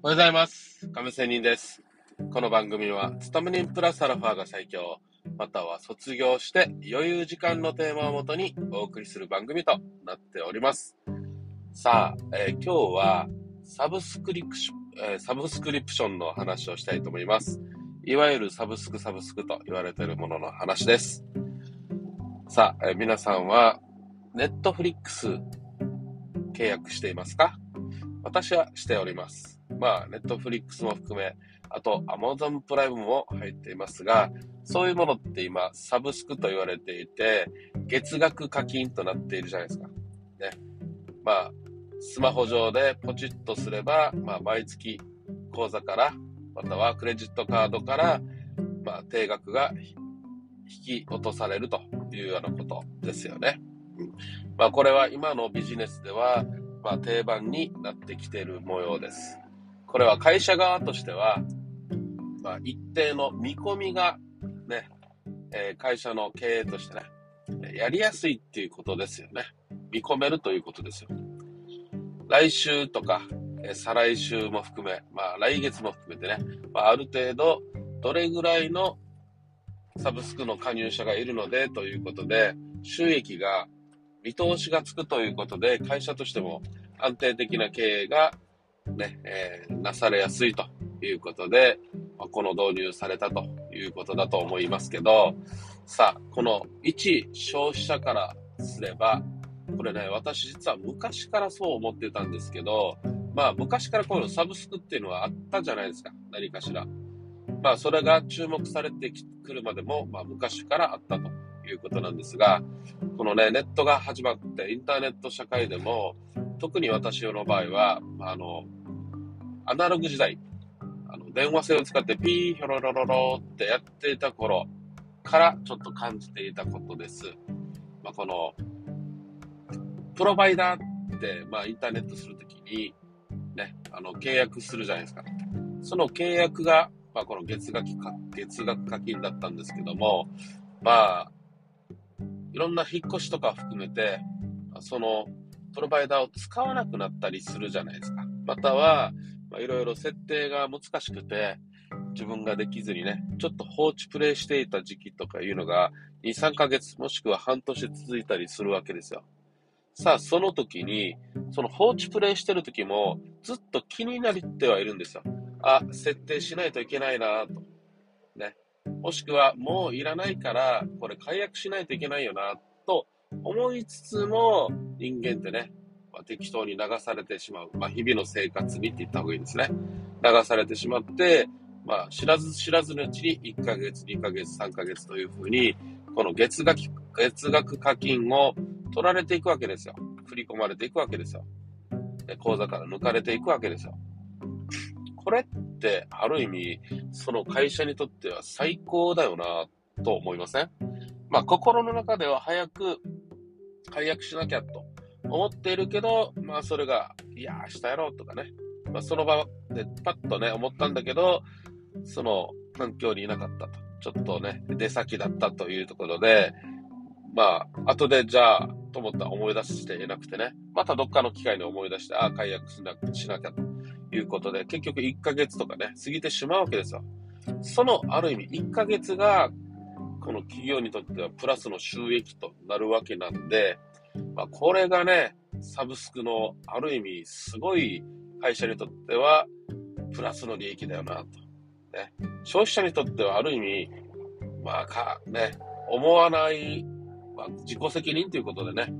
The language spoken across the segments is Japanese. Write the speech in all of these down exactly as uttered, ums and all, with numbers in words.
おはようございます。亀仙人です。この番組は、勤め人プラスアルファが最強、または卒業して余裕時間のテーマをもとにお送りする番組となっております。さあ、えー今日はサブスクリプション、えーサブスクリプションの話をしたいと思います。いわゆるサブスクサブスクと言われているものの話です。さあ、えー皆さんはネットフリックス契約していますか？私はしております。まあ、ネットフリックスも含め、あと Amazon プライムも入っていますが、そういうものって今、サブスクと言われていて、月額課金となっているじゃないですか。ね。まあ、スマホ上でポチッとすれば、まあ、毎月口座から、またはクレジットカードから、まあ、定額が引き落とされるというようなことですよね。うん、まあ、これは今のビジネスでは、まあ、定番になってきている模様です。これは会社側としては、まあ、一定の見込みがね、えー会社の経営としてね、やりやすいっていうことですよね。見込めるということですよ。来週とか、えー再来週も含め、まあ来月も含めてね、まあ、ある程度どれぐらいのサブスクの加入者がいるのでということで、収益が見通しがつくということで、会社としても安定的な経営がね、えーなされやすいということで、まあこの導入されたということだと思いますけど、さあ、この一消費者からすれば、これね、私実は昔からそう思ってたんですけど、まあ昔からこのサブスクっていうのはあったじゃないですか、何かしら。まあそれが注目されてくるまでも、まあ昔からあったということなんですが、このね、ネットが始まって、インターネット社会でも、特に私の場合は、あの、アナログ時代、あの電話線を使ってピーヒョロロロロってやっていた頃からちょっと感じていたことです。まあ、この、プロバイダーって、まあ、インターネットするときに、ね、あの、契約するじゃないですか。その契約が、まあ、この月額か、月額課金だったんですけども、まあ、いろんな引っ越しとか含めて、その、プロバイダーを使わなくなったりするじゃないですか。または、まあ、いろいろ設定が難しくて、自分ができずにね、ちょっと放置プレイしていた時期とかいうのが、に、さんかげつもしくは半年続いたりするわけですよ。さあ、その時に、その放置プレイしてる時も、ずっと気になってはいるんですよ。あ、設定しないといけないなと。ね。もしくは、もういらないから、これ解約しないといけないよな、と思いつつも、人間ってね、まあ、適当に流されてしまう。まあ、日々の生活にって言った方がいいですね。流されてしまって、まあ、知らず知らずのうちにいっかげつ、にかげつ、さんかげつというふうに、この月額、月額課金を取られていくわけですよ。振り込まれていくわけですよ。で口座から抜かれていくわけですよ。これってある意味その会社にとっては最高だよなと思いません？まあ心の中では早く解約しなきゃと思っているけど、まあそれがいや明日やろうとかね、まあその場でパッとね思ったんだけど、その環境にいなかったと、ちょっとね出先だったというところで、まあ後でじゃあと思ったら思い出していなくてね、またどっかの機会に思い出して、ああ解約しなしなきゃということで、結局いっかげつとかね過ぎてしまうわけですよ。そのある意味いっかげつがこの企業にとってはプラスの収益となるわけなんで、まあ、これがねサブスクのある意味すごい会社にとってはプラスの利益だよなと、ね、消費者にとってはある意味まあかね思わない、まあ、自己責任ということでね、うん、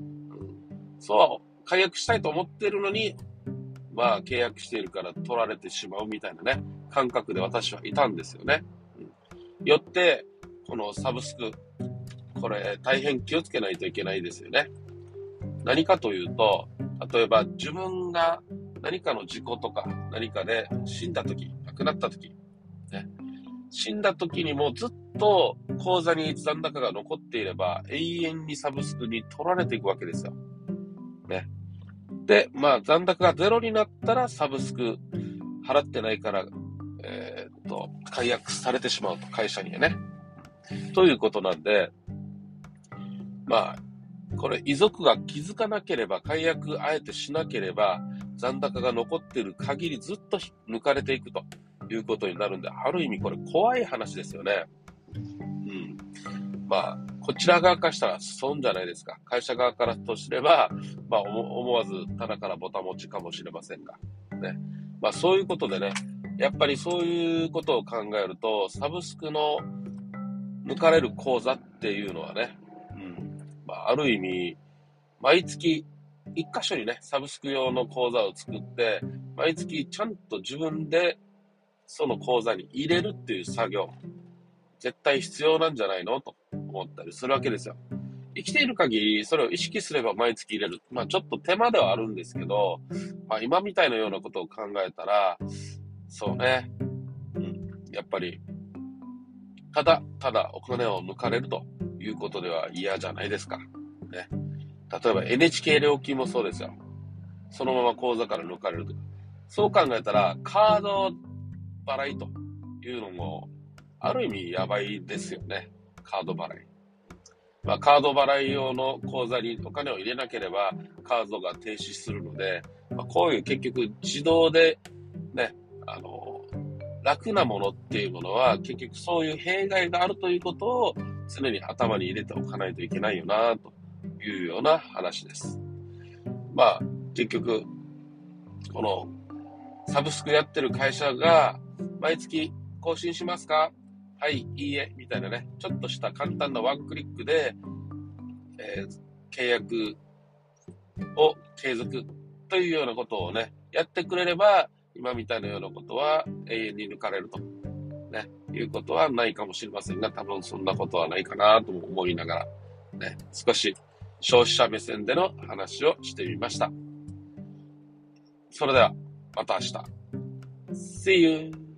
そう解約したいと思っているのに、まあ契約しているから取られてしまうみたいなね感覚で私はいたんですよね。うん、よってこのサブスク、これ大変気をつけないといけないですよね。何かというと、例えば自分が何かの事故とか何かで死んだ時、亡くなった時、ね、死んだ時にもずっと口座に残高が残っていれば永遠にサブスクに取られていくわけですよ。ね。で、まあ残高がゼロになったらサブスク払ってないから、えー、っと、解約されてしまうと、会社にはね。ということなんで、まあ、これ遺族が気づかなければ、解約あえてしなければ、 残高が残っている限りずっと抜かれていくということになるんで、ある意味これ怖い話ですよね。うん。まあ、こちら側からしたら損じゃないですか。会社側からとすれば、まあ思わず棚からボタン持ちかもしれませんが。ね。まあそういうことでね、やっぱりそういうことを考えると、サブスクの抜かれる口座っていうのはね、うん。まあある意味、毎月一箇所にね、サブスク用の口座を作って、毎月ちゃんと自分でその口座に入れるっていう作業、絶対必要なんじゃないのと思ったりするわけですよ。生きている限り、それを意識すれば毎月入れる。まあちょっと手間ではあるんですけど、まあ今みたいなようなことを考えたら、そうね、うん、やっぱり、ただ、ただお金を抜かれるということでは嫌じゃないですか。ね。例えば エヌエイチケー 料金もそうですよ。そのまま口座から抜かれるとか。そう考えたら、カード払いというのも、ある意味やばいですよね。カード払い。まあ、カード払い用の口座にお金を入れなければ、カードが停止するので、まあ、こういう結局自動でね、あの、楽なものっていうものは、結局そういう弊害があるということを常に頭に入れておかないといけないよな、というような話です。まあ、結局、このサブスクやってる会社が毎月更新しますか？はい、いいえ、みたいなね、ちょっとした簡単なワンクリックで、えー、契約を継続というようなことをね、やってくれれば、今みたいなようなことは永遠に抜かれると、ね、いうことはないかもしれませんが、多分そんなことはないかなと思いながら、ね、少し消費者目線での話をしてみました。それでは、また明日。See you!